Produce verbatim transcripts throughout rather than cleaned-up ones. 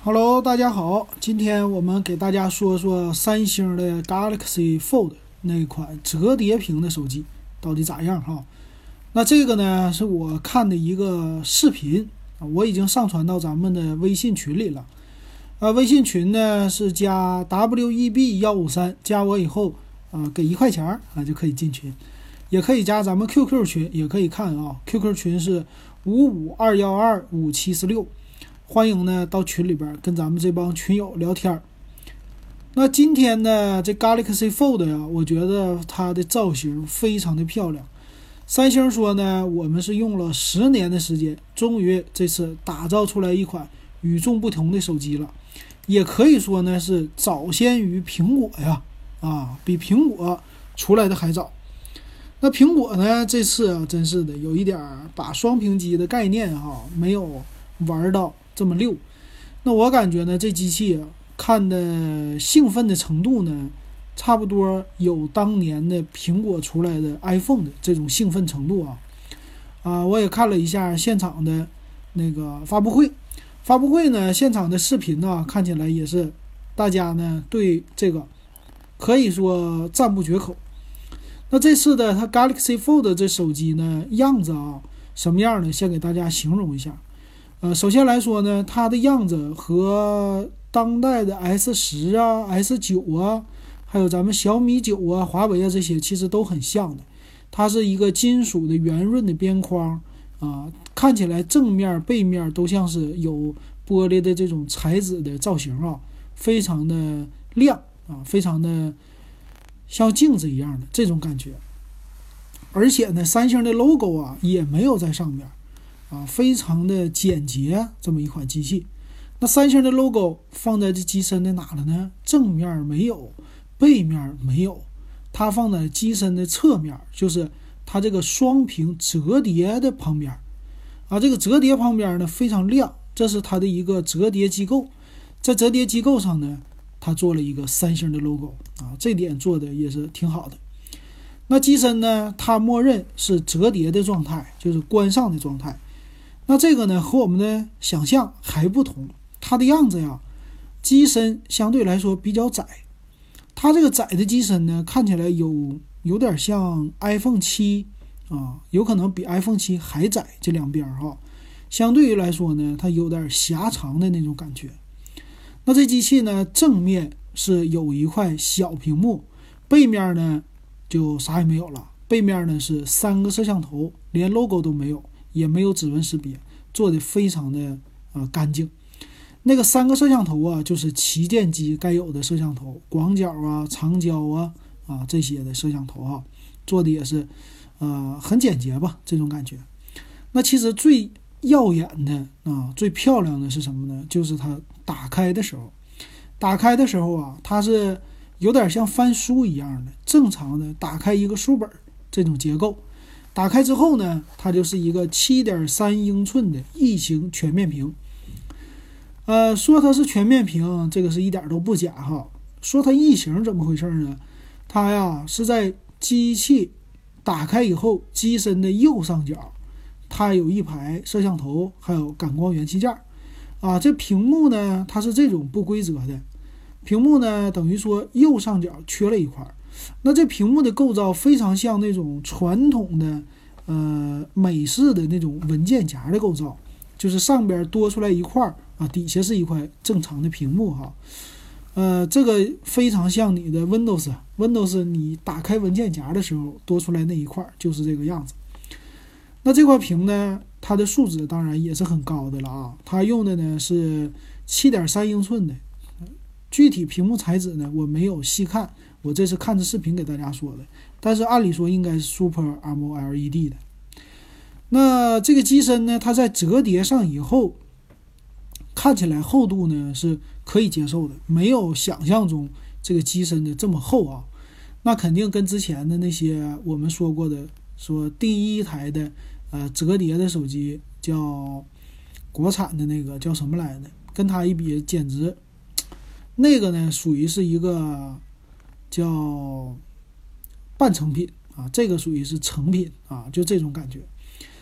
Hello，大家好，今天我们给大家说说三星的 Galaxy Fold 那款折叠屏的手机到底咋样哈。那这个呢是我看的一个视频，我已经上传到咱们的微信群里了。呃，微信群呢是加 W E B 一五三，加我以后啊、呃、给一块钱啊就可以进群，也可以加咱们 Q Q 群，也可以看啊 ，Q Q 群是五五二一二五七四六。欢迎呢到群里边跟咱们这帮群友聊天。那今天呢这 Galaxy Fold 呀，我觉得它的造型非常的漂亮。三星说呢，我们是用了十年的时间，终于这次打造出来一款与众不同的手机了。也可以说呢是早先于苹果呀，啊，比苹果出来的还早。那苹果呢这次啊真是的有一点把双屏机的概念哈没有玩到这么溜。那我感觉呢这机器啊看的兴奋的程度呢差不多有当年的苹果出来的 iPhone 的这种兴奋程度啊。啊，我也看了一下现场的那个发布会，发布会呢现场的视频呢看起来也是大家呢对这个可以说赞不绝口。那这次的它 Galaxy Fold 这手机呢样子啊什么样呢，先给大家形容一下。呃，首先来说呢，它的样子和当代的 S 十 啊、S 九 啊，还有咱们小米九啊、华为啊这些其实都很像的。它是一个金属的圆润的边框啊，看起来正面背面都像是有玻璃的这种材质的造型啊，非常的亮啊，非常的像镜子一样的这种感觉。而且呢，三星的 logo 啊也没有在上面啊，非常的简洁，这么一款机器。那三星的 logo 放在这机身的哪了呢？正面没有，背面没有，它放在机身的侧面，就是它这个双屏折叠的旁边啊。这个折叠旁边呢非常亮，这是它的一个折叠机构，在折叠机构上呢，它做了一个三星的 logo 啊，这点做的也是挺好的。那机身呢，它默认是折叠的状态，就是关上的状态。那这个呢和我们的想象还不同，它的样子呀，机身相对来说比较窄，它这个窄的机身呢看起来有有点像 iPhone 七啊，有可能比 iPhone 七还窄，这两边哈，相对于来说呢它有点狭长的那种感觉。那这机器呢正面是有一块小屏幕，背面呢就啥也没有了，背面呢是三个摄像头，连 logo 都没有，也没有指纹识别，做的非常的呃干净。那个三个摄像头啊，就是旗舰机该有的摄像头，广角啊、长焦啊啊这些的摄像头啊，做的也是呃很简洁吧，这种感觉。那其实最耀眼的啊、最漂亮的是什么呢？就是它打开的时候，打开的时候啊，它是有点像翻书一样的，正常的打开一个书本这种结构。打开之后呢，它就是一个 七点三英寸的异形全面屏。呃，说它是全面屏，这个是一点都不假哈。说它异形怎么回事呢？它呀是在机器打开以后，机身的右上角，它有一排摄像头，还有感光元器件啊。这屏幕呢，它是这种不规则的，屏幕呢等于说右上角缺了一块。那这屏幕的构造非常像那种传统的呃美式的那种文件夹的构造，就是上边多出来一块啊，底下是一块正常的屏幕哈。呃，这个非常像你的 Windows Windows 你打开文件夹的时候多出来那一块就是这个样子。那这块屏呢，它的素质当然也是很高的了啊，它用的呢是 七点三英寸的，具体屏幕材质呢我没有细看，我这是看着视频给大家说的，但是按理说应该是 Super AMOLED 的。那这个机身呢，它在折叠上以后，看起来厚度呢是可以接受的，没有想象中这个机身的这么厚啊。那肯定跟之前的那些我们说过的，说第一台的呃折叠的手机叫国产的那个叫什么来的，跟它一比，简直那个呢属于是一个叫半成品啊，这个属于是成品啊，就这种感觉。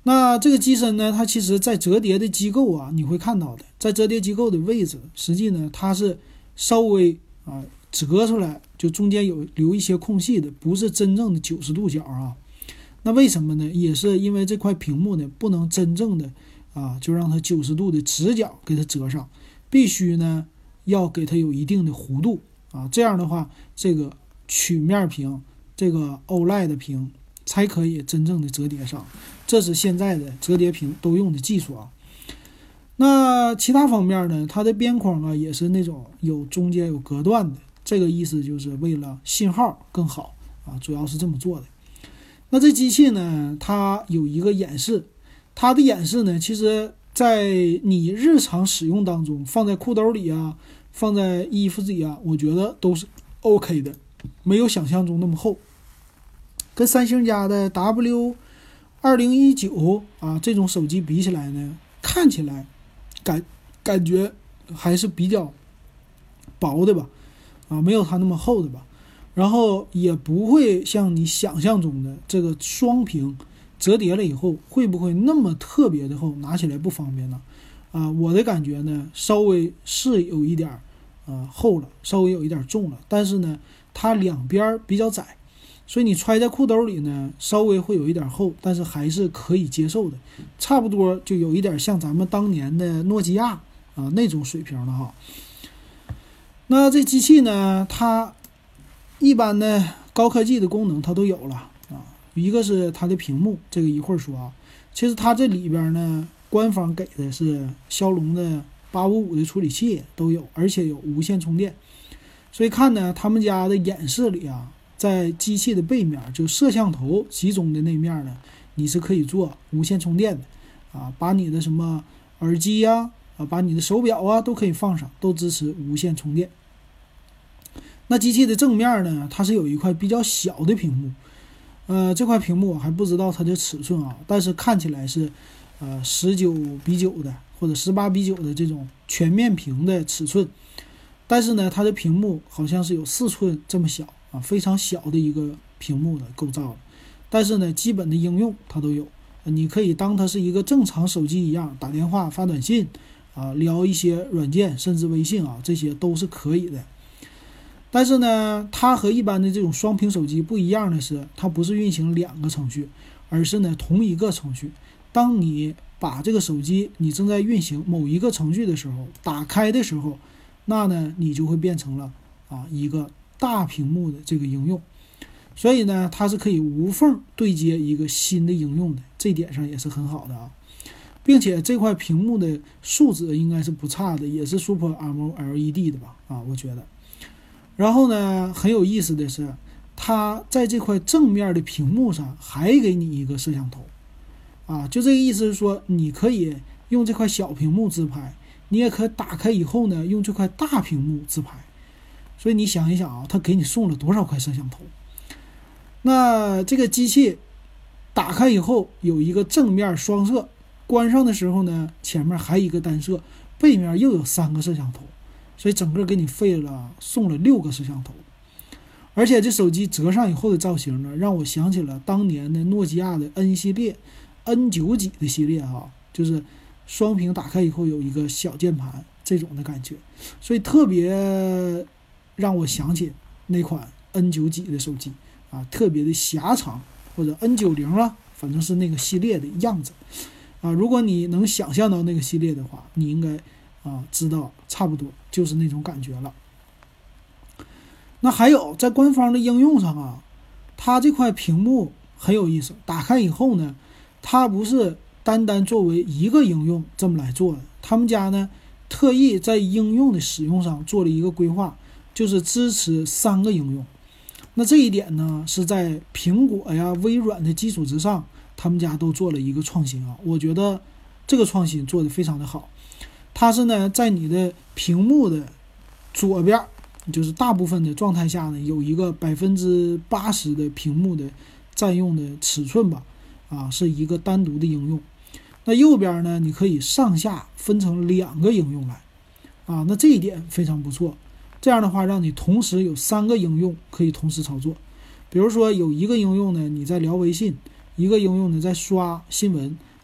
那这个机身呢，它其实在折叠的机构啊，你会看到的，在折叠机构的位置，实际呢它是稍微啊折出来，就中间有留一些空隙的，不是真正的九十度角啊。那为什么呢？也是因为这块屏幕呢不能真正的啊就让它九十度的直角给它折上，必须呢要给它有一定的弧度啊，这样的话这个曲面屏这个 O L E D 的屏才可以真正的折叠上，这是现在的折叠屏都用的技术啊。那其他方面呢，它的边框啊也是那种有中间有隔断的，这个意思就是为了信号更好啊，主要是这么做的。那这机器呢，它有一个演示，它的演示呢，其实在你日常使用当中，放在裤兜里啊，放在衣服里啊，我觉得都是 OK 的，没有想象中那么厚。跟三星家的 W 二零一九 啊这种手机比起来呢，看起来感感觉还是比较薄的吧，啊，没有它那么厚的吧。然后也不会像你想象中的这个双屏折叠了以后会不会那么特别的厚，拿起来不方便呢？啊，我的感觉呢，稍微是有一点啊厚了，稍微有一点重了，但是呢，它两边比较窄，所以你揣在裤兜里呢，稍微会有一点厚，但是还是可以接受的，差不多就有一点像咱们当年的诺基亚啊那种水平了哈。那这机器呢，它一般的高科技的功能它都有了啊，一个是它的屏幕，这个一会儿说啊。其实它这里边呢，官方给的是骁龙的八五五的处理器都有，而且有无线充电。所以看呢，他们家的演示里啊，在机器的背面，就摄像头集中的那面呢，你是可以做无线充电的啊，把你的什么耳机呀、啊，啊，把你的手表啊都可以放上，都支持无线充电。那机器的正面呢，它是有一块比较小的屏幕，呃，这块屏幕我还不知道它的尺寸啊，但是看起来是呃十九比九的或者十八比九的这种全面屏的尺寸，但是呢，它的屏幕好像是有四寸这么小啊，非常小的一个屏幕的构造了。但是呢，基本的应用它都有，你可以当它是一个正常手机一样打电话、发短信啊，聊一些软件，甚至微信啊，这些都是可以的。但是呢，它和一般的这种双屏手机不一样的是，它不是运行两个程序，而是呢同一个程序。当你把这个手机你正在运行某一个程序的时候，打开的时候，那呢你就会变成了啊一个大屏幕的这个应用。所以呢，它是可以无缝对接一个新的应用的，这点上也是很好的啊。并且这块屏幕的素质应该是不差的，也是 Super AMOLED 的吧？啊，我觉得。然后呢，很有意思的是，它在这块正面的屏幕上还给你一个摄像头，啊，就这个意思是说，你可以用这块小屏幕自拍，你也可以打开以后呢，用这块大屏幕自拍。所以你想一想啊，它给你送了多少块摄像头？那这个机器打开以后有一个正面双摄，关上的时候呢，前面还有一个单摄，背面又有三个摄像头。所以整个给你费了送了六个摄像头，而且这手机折上以后的造型呢，让我想起了当年的诺基亚的 N 系列 N 九 几的系列哈，就是双屏打开以后有一个小键盘这种的感觉，所以特别让我想起那款 N 九 几的手机啊，特别的狭长，或者 N 九十 啊，反正是那个系列的样子啊。如果你能想象到那个系列的话，你应该啊知道差不多就是那种感觉了。那还有在官方的应用上啊，它这块屏幕很有意思，打开以后呢，它不是单单作为一个应用这么来做的，他们家呢特意在应用的使用上做了一个规划，就是支持三个应用。那这一点呢是在苹果呀、微软的基础之上，他们家都做了一个创新啊，我觉得这个创新做得非常的好。它是呢在你的屏幕的左边，就是大部分的状态下呢，有一个百分之八十的屏幕的占用的尺寸吧，啊，是一个单独的应用。那右边呢，你可以上下分成两个应用来，啊，那这一点非常不错。这样的话，让你同时有三个应用可以同时操作。比如说有一个应用呢，你在聊微信；一个应用呢在刷新闻；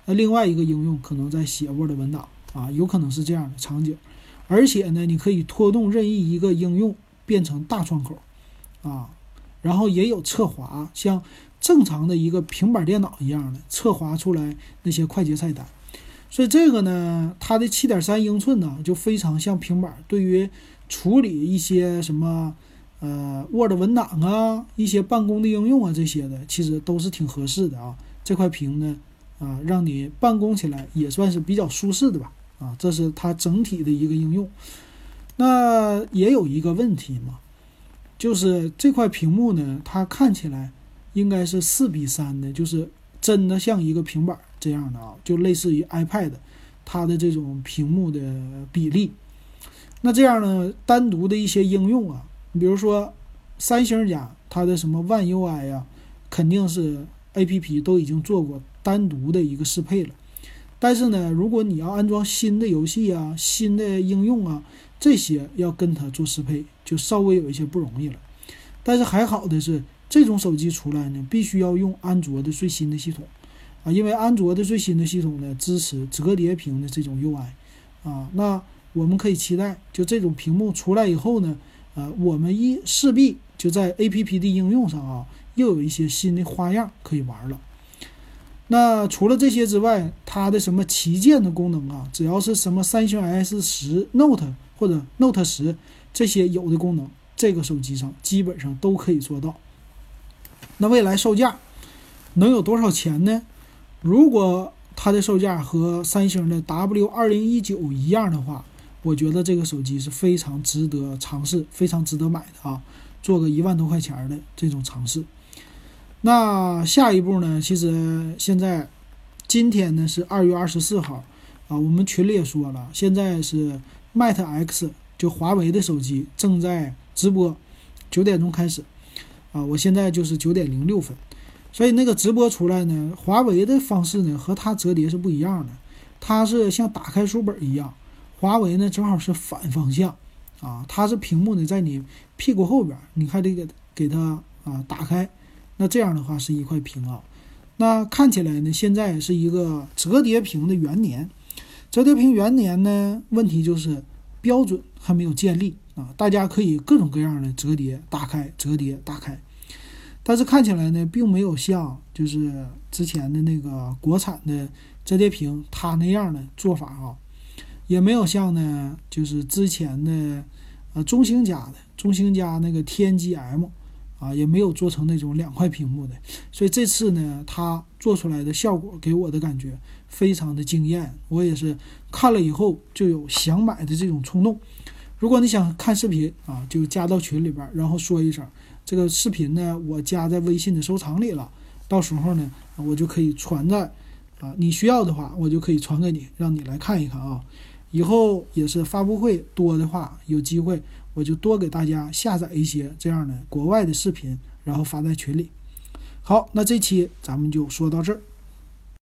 那另外一个应用可能在写 Word 文档啊，有可能是这样的场景。而且呢，你可以拖动任意一个应用变成大窗口啊，然后也有侧滑，像正常的一个平板电脑一样的侧滑出来那些快捷菜单。所以这个呢，它的 七点三英寸呢就非常像平板，对于处理一些什么呃 Word 文档啊，一些办公的应用啊这些的，其实都是挺合适的啊。这块屏呢啊，让你办公起来也算是比较舒适的吧啊，这是它整体的一个应用。那也有一个问题嘛，就是这块屏幕呢，它看起来应该是四比三的，就是真的像一个平板这样的啊，就类似于 iPad 它的这种屏幕的比例。那这样呢，单独的一些应用啊，比如说三星家它的什么 One U I 啊，肯定是 A P P 都已经做过单独的一个适配了。但是呢，如果你要安装新的游戏啊、新的应用啊，这些要跟它做适配，就稍微有一些不容易了。但是还好的是，这种手机出来呢，必须要用安卓的最新的系统啊，因为安卓的最新的系统呢支持折叠屏的这种 U I 啊。那我们可以期待，就这种屏幕出来以后呢，呃，我们一势必就在 A P P 的应用上啊，又有一些新的花样可以玩了。那除了这些之外，它的什么旗舰的功能啊，只要是什么三星 S 十 Note 或者 Note 十这些有的功能，这个手机上基本上都可以做到。那未来售价能有多少钱呢？如果它的售价和三星的 W 二零一九一样的话，我觉得这个手机是非常值得尝试，非常值得买的啊，做个一万多块钱的这种尝试。那下一步呢，其实现在今天呢是二月二十四号啊，我们群里也说了，现在是 Mate X 就华为的手机正在直播，九点钟开始啊，我现在就是九点零六分，所以那个直播出来呢，华为的方式呢和它折叠是不一样的，它是像打开书本一样，华为呢正好是反方向啊，它是屏幕呢在你屁股后边，你还得给给它啊打开。那这样的话是一块屏啊，那看起来呢，现在是一个折叠屏的元年。折叠屏元年呢，问题就是标准还没有建立啊，大家可以各种各样的折叠打开，折叠打开，但是看起来呢，并没有像就是之前的那个国产的折叠屏它那样的做法啊，也没有像呢就是之前的呃中兴家的中兴家那个天玑 M。啊，也没有做成那种两块屏幕的，所以这次呢，它做出来的效果给我的感觉非常的惊艳，我也是看了以后就有想买的这种冲动。如果你想看视频啊，就加到群里边，然后说一声这个视频呢，我加在微信的收藏里了，到时候呢，我就可以传在啊，你需要的话，我就可以传给你，让你来看一看啊。以后也是发布会多的话，有机会我就多给大家下载一些这样的国外的视频，然后发在群里。好，那这期咱们就说到这儿。